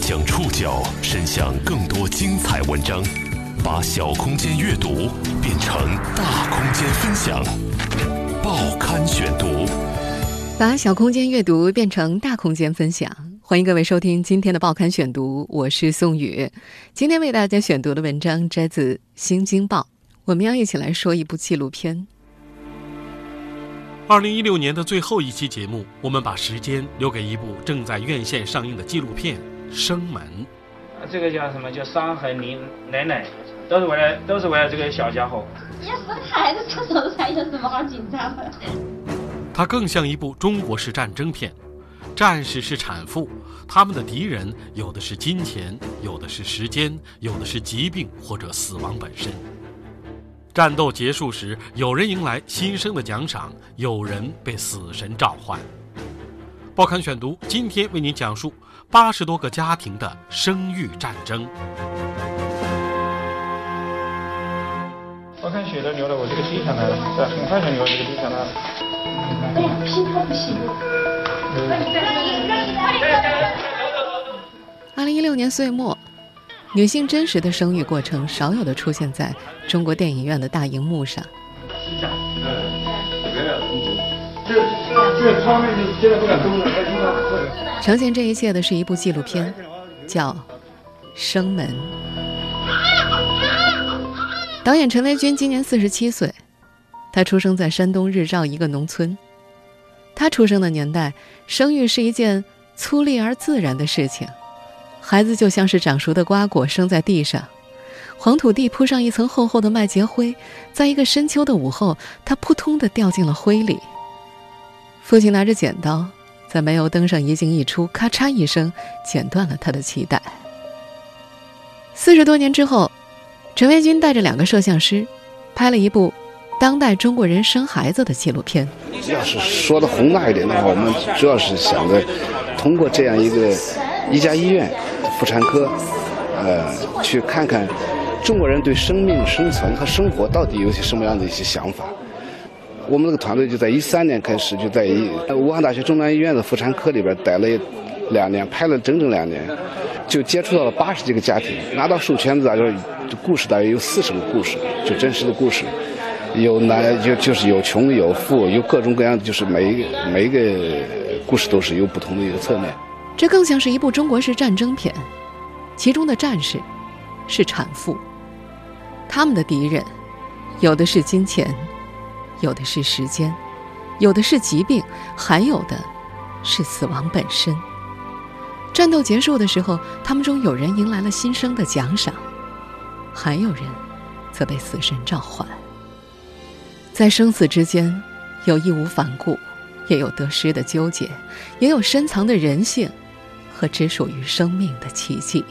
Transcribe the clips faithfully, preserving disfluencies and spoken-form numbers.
将触角伸向更多精彩文章，把小空间阅读变成大空间分享。报刊选读， 把小空间阅读变成大空间分享。欢迎各位收听今天的报刊选读，我是宋宇。今天为大家选读的文章摘自《新京报》，我们要一起来说一部纪录片。 二零一六年的最后一期节目，我们把时间留给一部正在院线上映的纪录片《生门》。 这个叫什么？叫伤痕你奶奶，都是为了都是为了这个小家伙。 也生孩子出手才有什么好紧张的？ 它更像一部中国式战争片，战士是产妇，他们的敌人有的是金钱，有的是时间，有的是疾病或者死亡本身。战斗结束时，有人迎来新生的奖赏，有人被死神召唤。报刊选读今天为您讲述八十多个家庭的生育战争。 我看血都流到我这个地上来了，是吧？很快就流到这个地上来了。 哎呀，心跳不行。 二零一六年岁末，女性真实的生育过程少有的出现在中国电影院的大荧幕上。呈现这一切的是一部纪录片，叫《生门》。导演陈维军今年四十七岁，他出生在山东日照一个农村。他出生的年代，生育是一件粗粝而自然的事情，孩子就像是长熟的瓜果生在地上，黄土地铺上一层厚厚的麦秸灰，在一个深秋的午后，它扑通地掉进了灰里。父亲拿着剪刀，在煤油灯上一进一出，咔嚓一声剪断了他的脐带。四十多年之后，陈维军带着两个摄像师，拍了一部当代中国人生孩子的纪录片。 要是说的宏大一点的话，我们主要是想着通过这样一个一家医院妇产科，呃，去看看中国人对生命、生存和生活到底有些什么样的一些想法。我们这个团队就在一三年开始，就在武汉大学中南医院的妇产科里边待了两年，拍了整整两年，就接触到了八十几个家庭，拿到授权大约故事大约有四十个故事，就真实的故事，有男就就是有穷有富，有各种各样的，就是每一个每一个故事都是有不同的一个侧面。 这更像是一部中国式战争片，其中的战士是产妇，他们的敌人有的是金钱，有的是时间，有的是疾病，还有的是死亡本身。战斗结束的时候，他们中有人迎来了新生的奖赏，还有人则被死神召唤。在生死之间，有义无反顾，也有得失的纠结，也有深藏的人性和只属于生命的奇迹。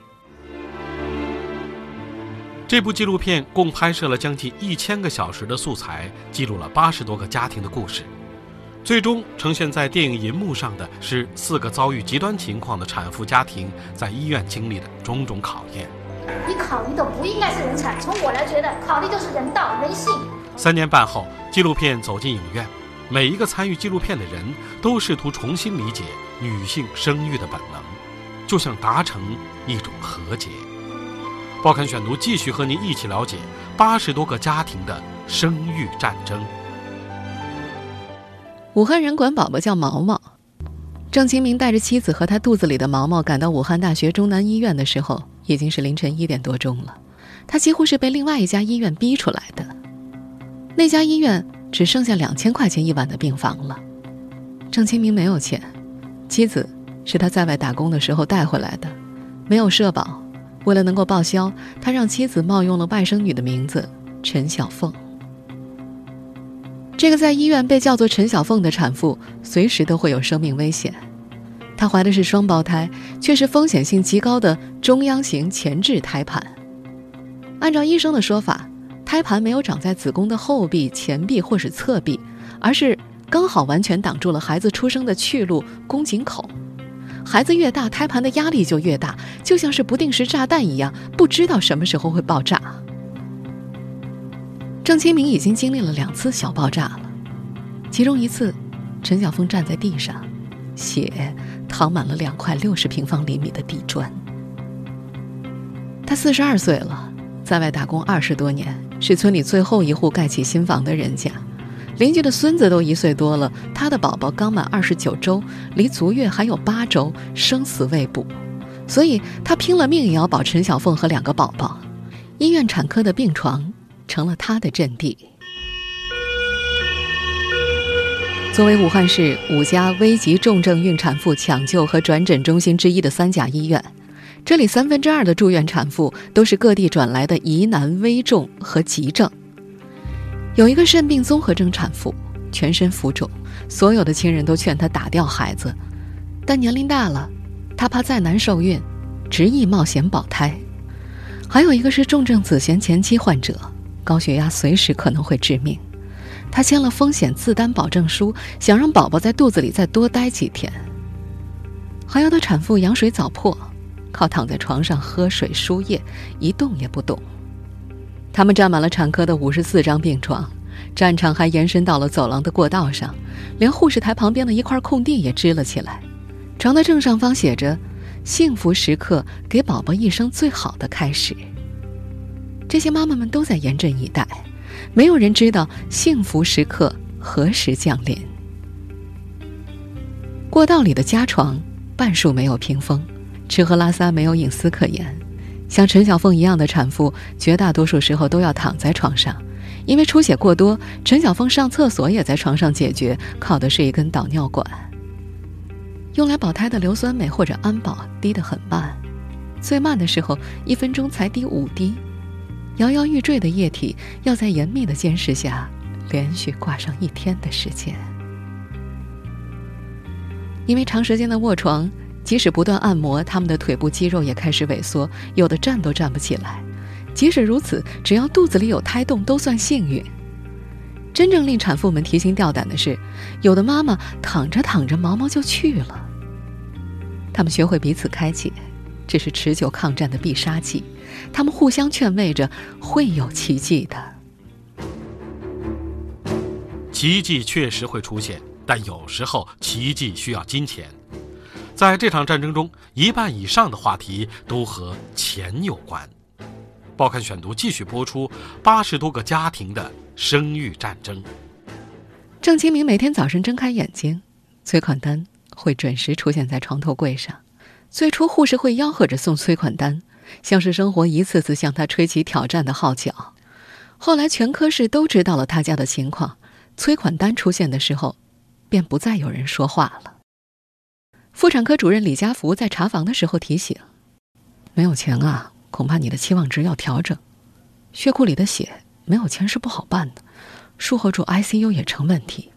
这部纪录片共拍摄了将近一千个小时的素材，记录了八十多个家庭的故事。最终呈现在电影银幕上的是四个遭遇极端情况的产妇家庭在医院经历的种种考验。 你考虑的不应该是人才，从我来觉得，考虑就是人道、人性。 三年半后，纪录片走进影院，每一个参与纪录片的人都试图重新理解女性生育的本能，就像达成一种和解。报刊选读继续和您一起了解八十多个家庭的生育战争。 武汉人管宝宝叫毛毛。郑清明带着妻子和他肚子里的毛毛赶到武汉大学中南医院的时候，已经是凌晨一点多钟了。他几乎是被另外一家医院逼出来的。那家医院只剩下两千块钱一晚的病房了。郑清明没有钱，妻子是他在外打工的时候带回来的，没有社保。为了能够报销，他让妻子冒用了外甥女的名字陈小凤。这个在医院被叫做陈小凤的产妇，随时都会有生命危险。她怀的是双胞胎，却是风险性极高的中央型前置胎盘。按照医生的说法，胎盘没有长在子宫的后壁、前壁或是侧壁，而是刚好完全挡住了孩子出生的去路宫颈口。孩子越大，胎盘的压力就越大，就像是不定时炸弹一样，不知道什么时候会爆炸。郑清明已经经历了两次小爆炸了，其中一次，陈小凤站在地上，血躺满了两块六十平方厘米的地砖。他四十二岁了，在外打工二十多年，是村里最后一户盖起新房的人家。邻居的孙子都一岁多了，他的宝宝刚满二十九周，离足月还有八周，生死未卜，所以他拼了命也要保陈小凤和两个宝宝。医院产科的病床成了他的阵地。作为武汉市五家危急重症孕产妇抢救和转诊中心之一的三甲医院，这里三分之二的住院产妇都是各地转来的疑难危重和急症。有一个肾病综合征产妇，全身浮肿，所有的亲人都劝她打掉孩子，但年龄大了，她怕再难受孕，执意冒险保胎。还有一个是重症子痫前期患者，高血压随时可能会致命，她签了风险自担保证书，想让宝宝在肚子里再多待几天。还有的产妇羊水早破，靠躺在床上喝水输液，一动也不动。他们占满了产科的五十四张病床，战场还延伸到了走廊的过道上，连护士台旁边的一块空地也支了起来。床的正上方写着“幸福时刻，给宝宝一生最好的开始”。这些妈妈们都在严阵以待，没有人知道幸福时刻何时降临。过道里的家床半数没有屏风，吃喝拉撒没有隐私可言。像陈小凤一样的产妇，绝大多数时候都要躺在床上，因为出血过多，陈小凤上厕所也在床上解决，靠的是一根导尿管。用来保胎的硫酸镁或者安保滴得很慢，最慢的时候一分钟才滴五滴，摇摇欲坠的液体要在严密的监视下连续挂上一天的时间。因为长时间的卧床，即使不断按摩，他们的腿部肌肉也开始萎缩，有的站都站不起来。即使如此，只要肚子里有胎动都算幸运。真正令产妇们提心吊胆的是，有的妈妈躺着躺着毛毛就去了。他们学会彼此开解，这是持久抗战的必杀技。他们互相劝慰着，会有奇迹的。 奇迹确实会出现，但有时候奇迹需要金钱。在这场战争中，一半以上的话题都和钱有关。报刊选读继续播出八十多个家庭的生育战争。 郑清明每天早晨睁开眼睛，催款单会准时出现在床头柜上。最初护士会吆喝着送催款单，像是生活一次次向他吹起挑战的号角。后来全科室都知道了他家的情况，催款单出现的时候，便不再有人说话了。妇产科主任李家福在查房的时候提醒，没有钱啊，恐怕你的期望值要调整。血库里的血没有钱是不好办的，术后住 I C U 也成问题。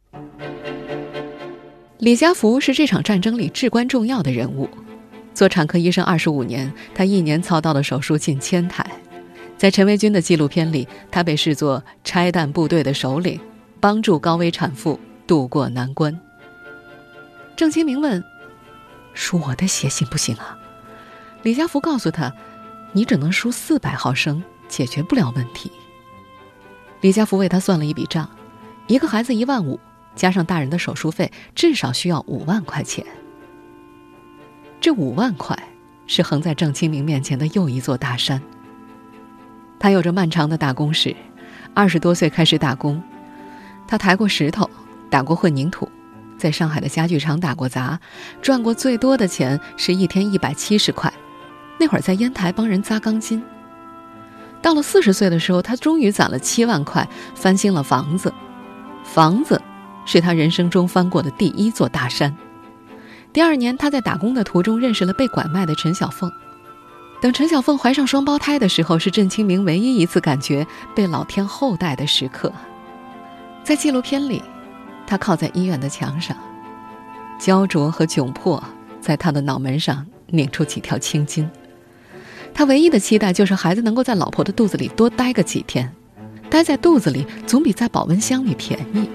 李家福是这场战争里至关重要的人物。做产科医生二十五年，他一年操刀的手术近千台。在陈维军的纪录片里，他被视作拆弹部队的首领，帮助高危产妇渡过难关。郑清明问，输我的血行不行啊？李家福告诉他，你只能输四百毫升，解决不了问题。李家福为他算了一笔账，一个孩子一万五，加上大人的手术费，至少需要五万块钱。这五万块是横在郑清明面前的又一座大山。他有着漫长的打工史，二十多岁开始打工，他抬过石头，打过混凝土，在上海的家具厂打过杂，赚过最多的钱是一天一百七十块，那会儿在烟台帮人扎钢筋。到了四十岁的时候，他终于攒了七万块，翻新了房子。房子是他人生中翻过的第一座大山。第二年，他在打工的途中认识了被拐卖的陈小凤。等陈小凤怀上双胞胎的时候，是郑清明唯一一次感觉被老天厚待的时刻。在纪录片里，他靠在医院的墙上，焦灼和窘迫在他的脑门上拧出几条青筋。他唯一的期待就是孩子能够在老婆的肚子里多待个几天，待在肚子里总比在保温箱里便宜。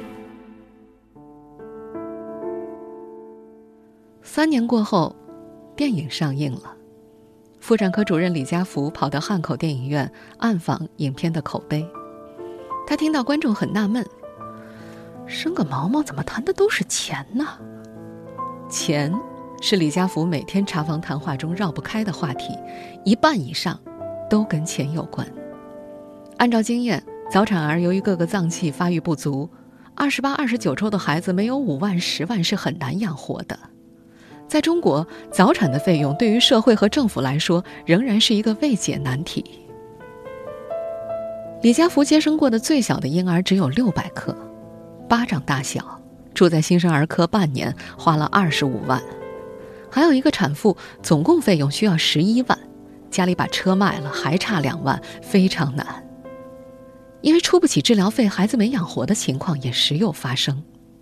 三年过后，电影上映了。妇产科主任李家福跑到汉口电影院暗访影片的口碑。他听到观众很纳闷，生个毛毛怎么谈的都是钱呢？钱是李家福每天查房谈话中绕不开的话题，一半以上都跟钱有关。按照经验，早产儿由于各个脏器发育不足，二十八、二十九周的孩子没有五万、十万是很难养活的。在中国，早产的费用对于社会和政府来说仍然是一个未解难题。李家福接生过的最小的婴儿只有六百克，巴掌大小，住在新生儿科半年，花了二十五万。还有一个产妇，总共费用需要十一万，家里把车卖了，还差两万，非常难。因为出不起治疗费，孩子没养活的情况也时有发生。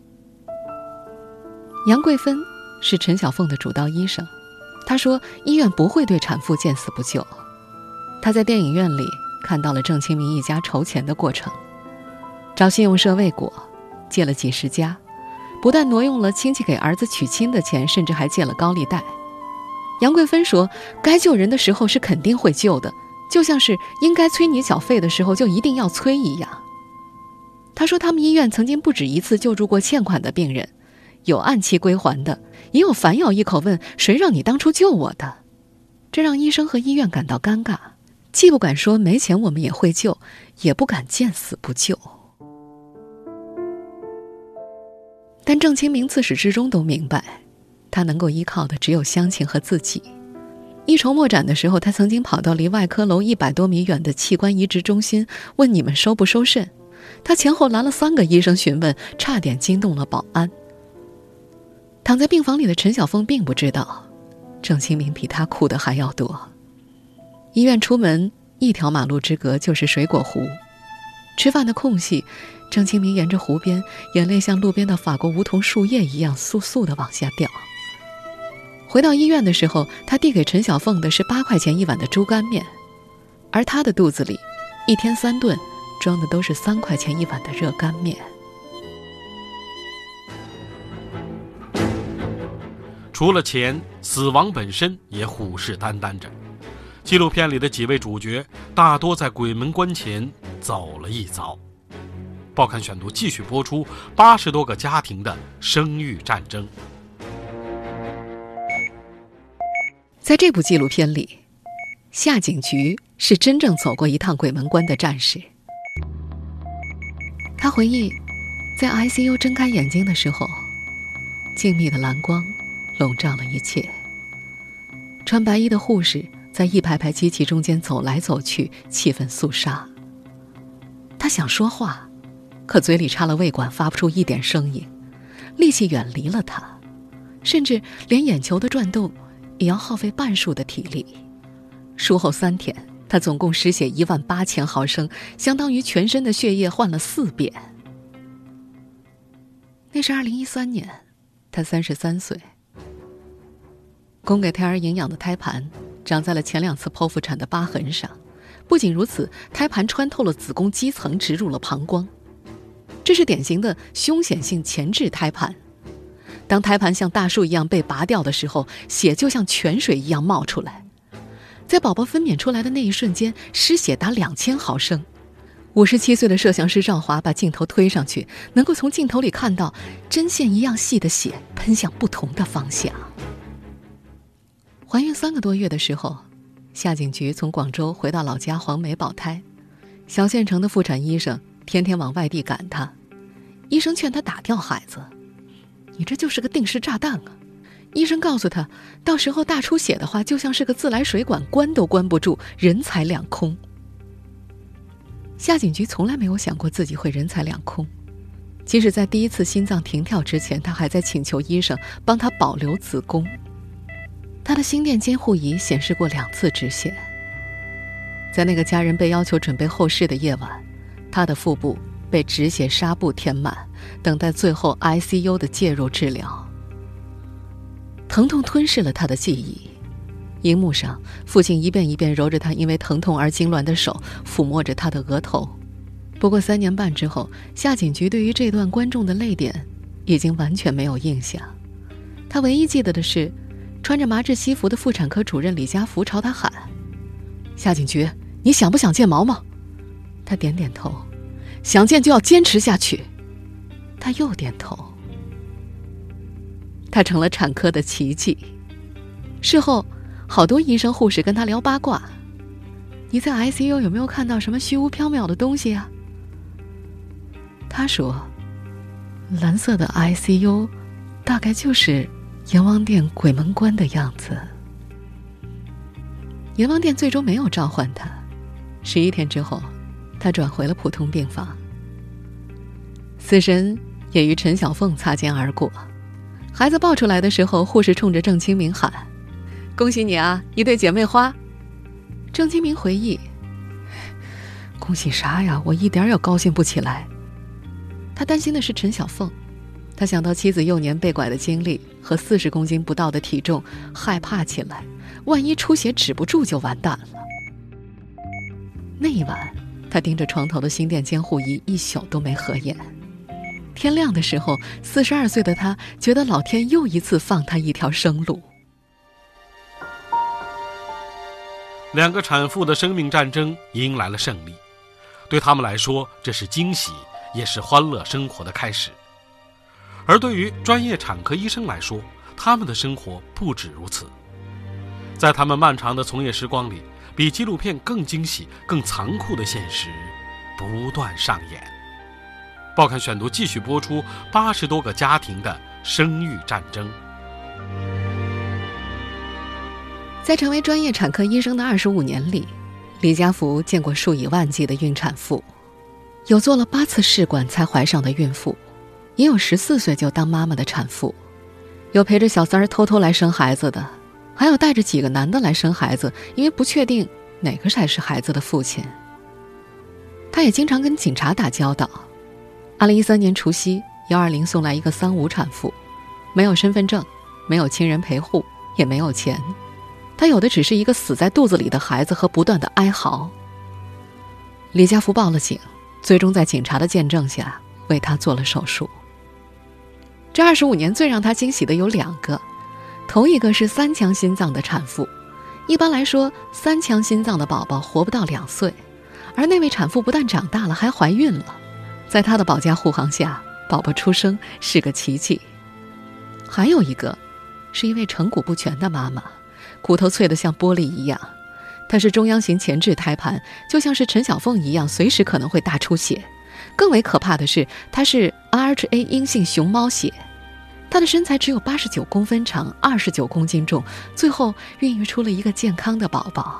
杨桂芬是陈小凤的主刀医生，她说医院不会对产妇见死不救。她在电影院里看到了郑清明一家筹钱的过程，找信用社未果，借了几十家，不但挪用了亲戚给儿子娶亲的钱，甚至还借了高利贷。杨桂芬说，该救人的时候是肯定会救的，就像是应该催你缴费的时候就一定要催一样。他说他们医院曾经不止一次救助过欠款的病人，有按期归还的，也有反咬一口问谁让你当初救我的。这让医生和医院感到尴尬，既不敢说没钱我们也会救，也不敢见死不救。但郑清明自始至终都明白，他能够依靠的只有乡亲和自己。一筹莫展的时候，他曾经跑到离外科楼一百多米远的器官移植中心，问你们收不收肾。他前后拦了三个医生询问，差点惊动了保安。躺在病房里的陈小凤并不知道，郑清明比他哭的还要多。医院出门一条马路之隔就是水果湖，吃饭的空隙，郑清明沿着湖边，眼泪像路边的法国梧桐树叶一样簌簌地往下掉。回到医院的时候，他递给陈小凤的是八块钱一碗的猪肝面，而他的肚子里一天三顿装的都是三块钱一碗的热干面。 除了钱，死亡本身也虎视眈眈着。纪录片里的几位主角大多在鬼门关前走了一遭。报刊选读继续播出八十多个家庭的生育战争。 在这部纪录片里，夏警局是真正走过一趟鬼门关的战士。他回忆，在 I C U 睁开眼睛的时候，静谧的蓝光笼罩了一切。穿白衣的护士在一排排机器中间走来走去，气氛肃杀。他想说话，可嘴里插了胃管，发不出一点声音，力气远离了他，甚至连眼球的转动也要耗费半数的体力。术后三天，他总共失血一万八千毫升，相当于全身的血液换了四遍。那是二零一三年，他三十三岁。供给胎儿营养的胎盘长在了前两次剖腹产的疤痕上，不仅如此，胎盘穿透了子宫肌层，植入了膀胱。这是典型的凶险性前置胎盘。当胎盘像大树一样被拔掉的时候，血就像泉水一样冒出来。在宝宝分娩出来的那一瞬间，失血达两千毫升。五十七岁的摄像师赵华把镜头推上去，能够从镜头里看到针线一样细的血喷向不同的方向。怀孕三个多月的时候，夏警局从广州回到老家黄梅保胎，小县城的妇产医生天天往外地赶她。医生劝她打掉孩子，你这就是个定时炸弹啊！医生告诉她，到时候大出血的话，就像是个自来水管，关都关不住，人财两空。夏警局从来没有想过自己会人财两空，即使在第一次心脏停跳之前，她还在请求医生帮她保留子宫。她的心电监护仪显示过两次直线。在那个家人被要求准备后事的夜晚，她的腹部被止血纱布填满，等待最后 I C U 的介入治疗。疼痛吞噬了她的记忆，荧幕上父亲一遍一遍揉着她因为疼痛而痉挛的手，抚摸着她的额头。不过三年半之后，夏警局对于这段观众的泪点已经完全没有印象。他唯一记得的是，穿着麻质西服的妇产科主任李家福朝他喊：夏警局，你想不想见毛毛？他点点头，想见就要坚持下去。他又点头。 她成了产科的奇迹。事后，好多医生护士跟她聊八卦：“你在 I C U 有没有看到什么虚无缥缈的东西啊？”她说：“蓝色的 I C U 大概就是阎王殿鬼门关的样子。”阎王殿最终没有召唤她。十一天之后，她转回了普通病房。死神也与陈小凤擦肩而过。孩子抱出来的时候，护士冲着郑清明喊：“恭喜你啊，一对姐妹花。”郑清明回忆：“恭喜啥呀？我一点也高兴不起来。”他担心的是陈小凤，他想到妻子幼年被拐的经历和四十公斤不到的体重，害怕起来，万一出血止不住就完蛋了。那一晚，他盯着床头的心电监护仪，一宿都没合眼。天亮的时候，四十二岁的他觉得老天又一次放他一条生路。 两个产妇的生命战争迎来了胜利，对他们来说，这是惊喜，也是欢乐生活的开始。而对于专业产科医生来说，他们的生活不止如此。在他们漫长的从业时光里，比纪录片更惊喜、更残酷的现实不断上演。报刊选读继续播出八十多个家庭的生育战争。 在成为专业产科医生的二十五年里，李家福见过数以万计的孕产妇，有做了八次试管才怀上的孕妇，也有十四岁就当妈妈的产妇，有陪着小三儿偷偷来生孩子的，还有带着几个男的来生孩子，因为不确定哪个才是孩子的父亲。他也经常跟警察打交道。二零一三年除夕，幺二零送来一个三无产妇，没有身份证，没有亲人陪护，也没有钱，他有的只是一个死在肚子里的孩子和不断的哀嚎。李家福报了警，最终在警察的见证下为他做了手术。这二十五年最让他惊喜的有两个，头一个是三腔心脏的产妇。一般来说，三腔心脏的宝宝活不到两岁，而那位产妇不但长大了，还怀孕了。在她的保驾护航下，宝宝出生是个奇迹。还有一个是一位成骨不全的妈妈，骨头脆得像玻璃一样。她是中央型前置胎盘，就像是陈小凤一样，随时可能会大出血。更为可怕的是，她是 R H A 阴性熊猫血。她的身材只有八十九公分长，二十九公斤重，最后孕育出了一个健康的宝宝。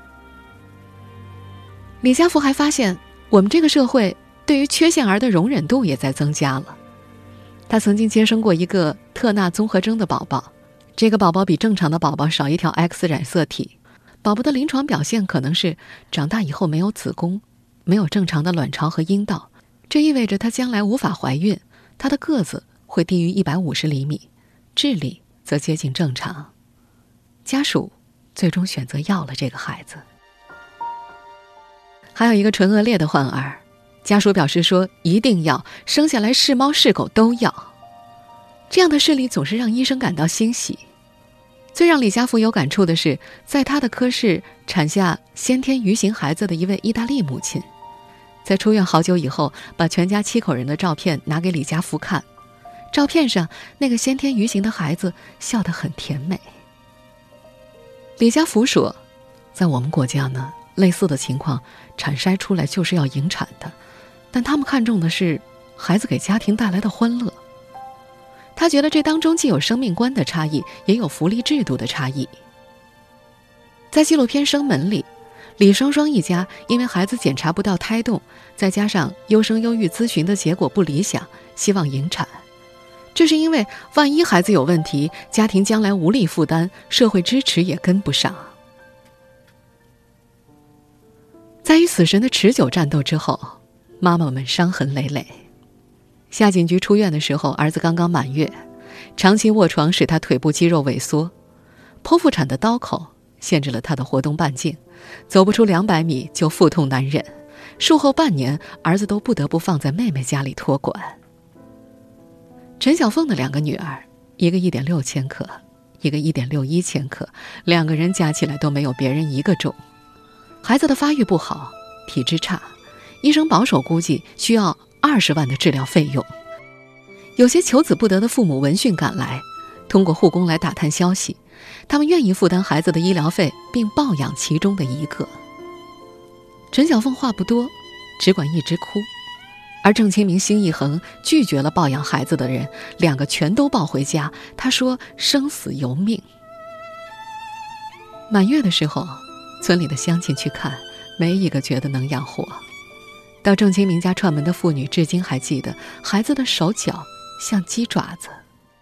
李家福还发现，我们这个社会对于缺陷儿的容忍度也在增加了。他曾经接生过一个特纳综合征的宝宝，这个宝宝比正常的宝宝少一条 X 染色体。宝宝的临床表现可能是长大以后没有子宫，没有正常的卵巢和阴道，这意味着他将来无法怀孕，他的个子会低于一百五十厘米，智力则接近正常。家属最终选择要了这个孩子。还有一个唇腭裂的患儿，家属表示说一定要生下来，是猫是狗都要。这样的事例总是让医生感到欣喜。最让李家福有感触的是，在他的科室产下先天鱼形孩子的一位意大利母亲，在出院好久以后，把全家七口人的照片拿给李家福看。照片上那个先天鱼形的孩子笑得很甜美。李家福说，在我们国家呢，类似的情况产筛出来就是要引产的，但他们看重的是孩子给家庭带来的欢乐。他觉得这当中既有生命观的差异，也有福利制度的差异。在纪录片《生门》里，李双双一家因为孩子检查不到胎动，再加上优生优育咨询的结果不理想，希望引产。这是因为万一孩子有问题，家庭将来无力负担，社会支持也跟不上。在与死神的持久战斗之后，妈妈们伤痕累累。夏锦菊出院的时候，儿子刚刚满月，长期卧床使他腿部肌肉萎缩，剖腹产的刀口限制了他的活动半径，走不出两百米就腹痛难忍。术后半年，儿子都不得不放在妹妹家里托管。陈小凤的两个女儿，一个一点六千克，一个一点六一千克，两个人加起来都没有别人一个重。孩子的发育不好，体质差，医生保守估计需要二十万的治疗费用。有些求子不得的父母闻讯赶来， 通过护工来打探消息，他们愿意负担孩子的医疗费并抱养其中的一个。陈小凤话不多，只管一直哭，而郑清明心一横，拒绝了抱养孩子的人，两个全都抱回家。他说生死由命。满月的时候，村里的乡亲去看，没一个觉得能养活。到郑清明家串门的妇女至今还记得，孩子的手脚像鸡爪子。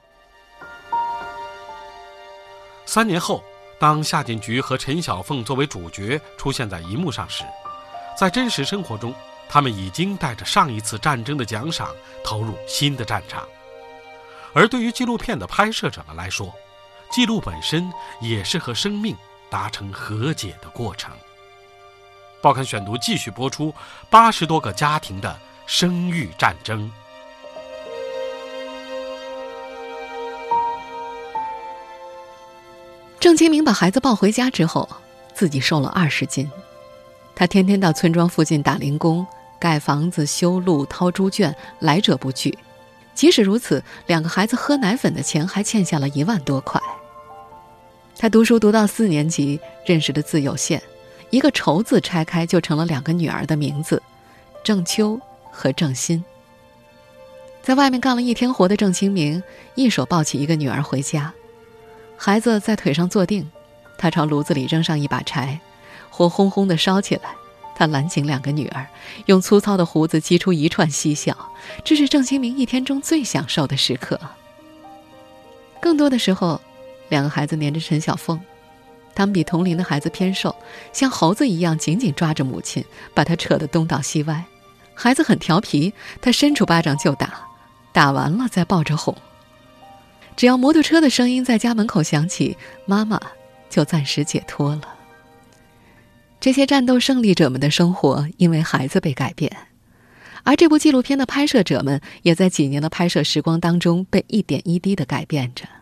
三年后，当夏锦菊和陈小凤作为主角出现在荧幕上时，在真实生活中，他们已经带着上一次战争的奖赏投入新的战场。而对于纪录片的拍摄者们来说，记录本身也是和生命达成和解的过程。报刊选读继续播出八十多个家庭的生育战争。 郑清明把孩子抱回家之后，自己瘦了二十斤。他天天到村庄附近打零工，盖房子、修路、掏猪圈，来者不拒。即使如此，两个孩子喝奶粉的钱还欠下了一万多块。他读书读到四年级，认识的字有限，一个愁字拆开就成了两个女儿的名字，郑秋和郑欣。在外面干了一天活的郑清明一手抱起一个女儿回家，孩子在腿上坐定，他朝炉子里扔上一把柴，火轰轰地烧起来。他揽紧两个女儿，用粗糙的胡子激出一串嬉笑，这是郑清明一天中最享受的时刻。更多的时候，两个孩子黏着陈小凤，他们比同龄的孩子偏瘦，像猴子一样紧紧抓着母亲，把她扯得东倒西歪。孩子很调皮，他伸出巴掌就打，打完了再抱着哄。只要摩托车的声音在家门口响起，妈妈就暂时解脱了。这些战斗胜利者们的生活因为孩子被改变，而这部纪录片的拍摄者们也在几年的拍摄时光当中被一点一滴地改变着。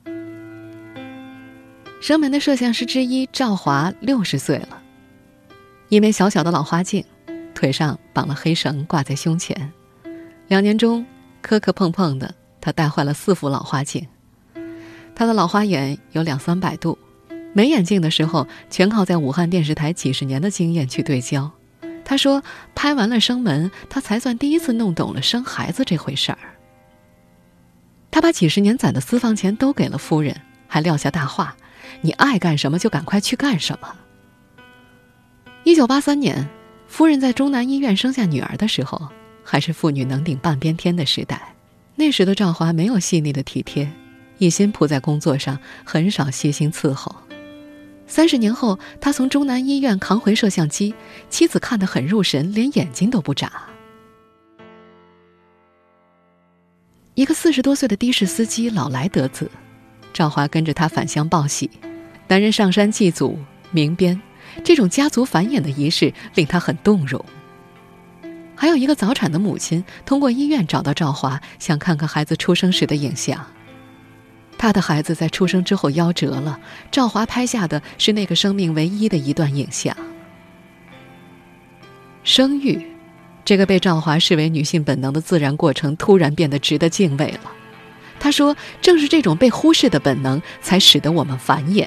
生门的摄像师之一赵华六十岁了，一枚小小的老花镜，腿上绑了黑绳挂在胸前。两年中磕磕碰碰的，他带坏了四副老花镜。他的老花眼有两三百度，没眼镜的时候全靠在武汉电视台几十年的经验去对焦。他说拍完了生门，他才算第一次弄懂了生孩子这回事儿。他把几十年攒的私房钱都给了夫人，还撂下大话，你爱干什么就赶快去干什么。一九八三年，夫人在中南医院生下女儿的时候，还是妇女能顶半边天的时代。那时的赵华没有细腻的体贴，一心扑在工作上，很少细心伺候。三十年后，他从中南医院扛回摄像机，妻子看得很入神，连眼睛都不眨。一个四十多岁的的士司机老来得子，赵华跟着他返乡报喜。男人上山祭祖鸣鞭，这种家族繁衍的仪式令他很动容。还有一个早产的母亲通过医院找到赵华，想看看孩子出生时的影像。他的孩子在出生之后夭折了，赵华拍下的是那个生命唯一的一段影像。生育，这个被赵华视为女性本能的自然过程，突然变得值得敬畏了。他说，正是这种被忽视的本能，才使得我们繁衍。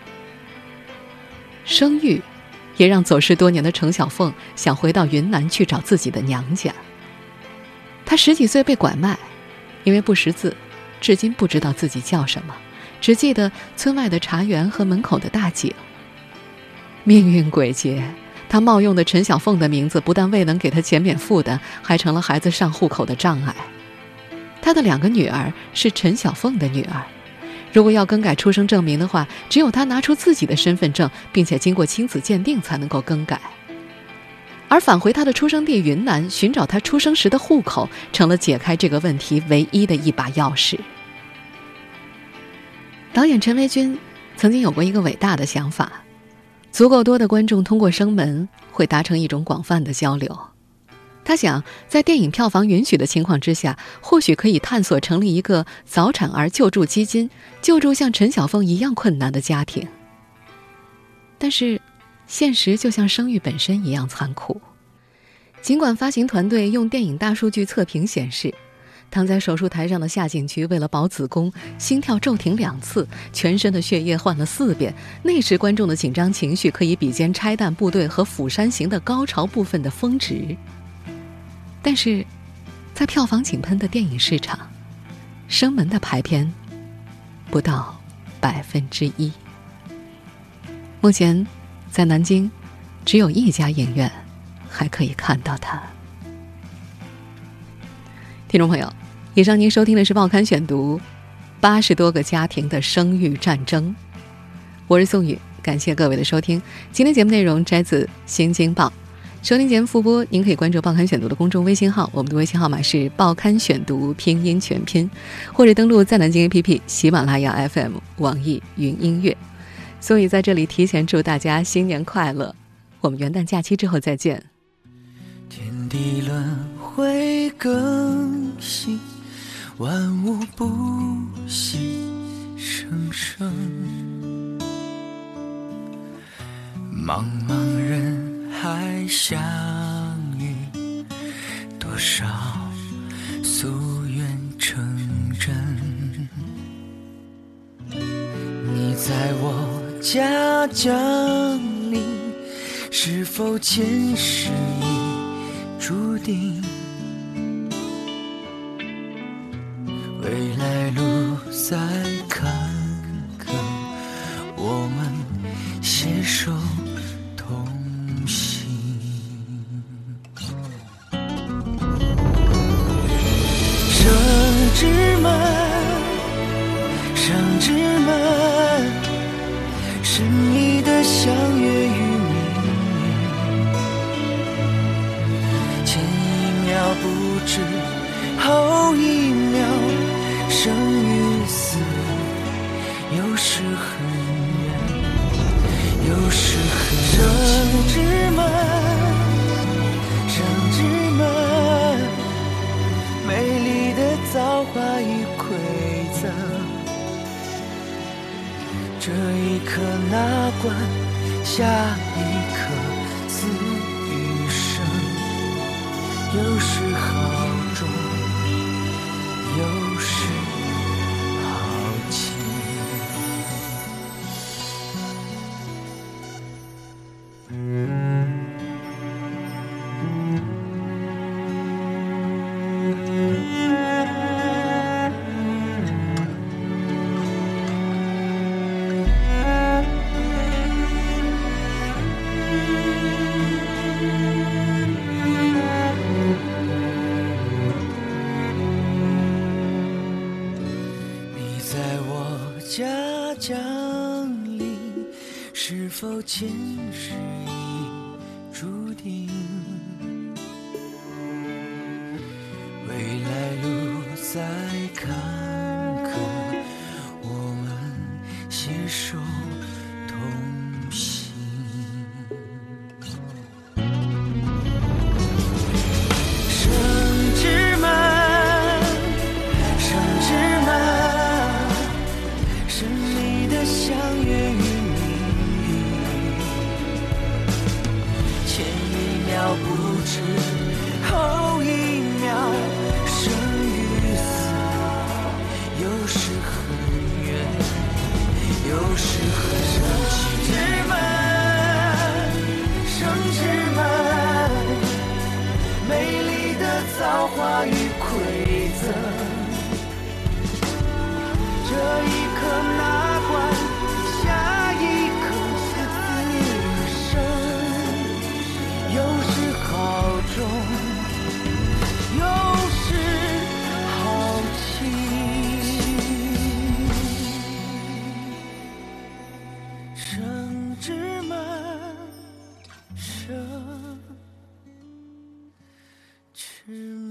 生育也让走失多年的程小凤想回到云南去找自己的娘家。她十几岁被拐卖，因为不识字，至今不知道自己叫什么，只记得村外的茶园和门口的大井。命运诡谲，她冒用的陈小凤的名字不但未能给她减免负担，还成了孩子上户口的障碍。她的两个女儿是陈小凤的女儿，如果要更改出生证明的话，只有她拿出自己的身份证，并且经过亲子鉴定才能够更改。而返回她的出生地云南，寻找她出生时的户口，成了解开这个问题唯一的一把钥匙。导演陈维军曾经有过一个伟大的想法，足够多的观众通过生门会达成一种广泛的交流。他想在电影票房允许的情况之下，或许可以探索成立一个早产儿救助基金，救助像陈小凤一样困难的家庭。但是现实就像生育本身一样残酷。尽管发行团队用电影大数据测评显示， 躺在手术台上的夏景菊为了保子宫，心跳骤停两次，全身的血液换了四遍。那时观众的紧张情绪可以比肩拆弹部队和釜山行的高潮部分的峰值。但是在票房井喷的电影市场，生门的排片不到百分之一。目前在南京只有一家影院还可以看到它。听众朋友，以上您收听的是《报刊选读》，八十多个家庭的生育战争。我是宋宇，感谢各位的收听。今天节目内容摘自《新京报》，收听节目复播，您可以关注《报刊选读》的公众微信号，我们的微信号码是《报刊选读》拼音全拼，或者登录在南京 A P P、喜马拉雅 F M、网易云音乐。所以在这里提前祝大家新年快乐，我们元旦假期之后再见。 天地轮回更新，万物不息生生，茫茫人海相遇，多少夙愿成真。你在我家降临，是否前世已注定？未来路再坎坷，我们携手同行。生之门，生之门，是你的相约与命运。前一秒不知，后一秒生与死，有时很远，有时很近。生之门，生之门，美丽的造化与馈赠。这一刻哪管，下一刻死与生，有时好重，有时好轻。家降临，是否前世已注定？未来路再坎坷，我们携手同行。生之门，生之门，是你的相约与命运。前一秒不知，后一秒生与死，有时很远，有时很近。之门，生之门，美丽的造化与馈赠。这一刻哪管，下一刻死生，有时好重，有时好轻。生之门，生之门。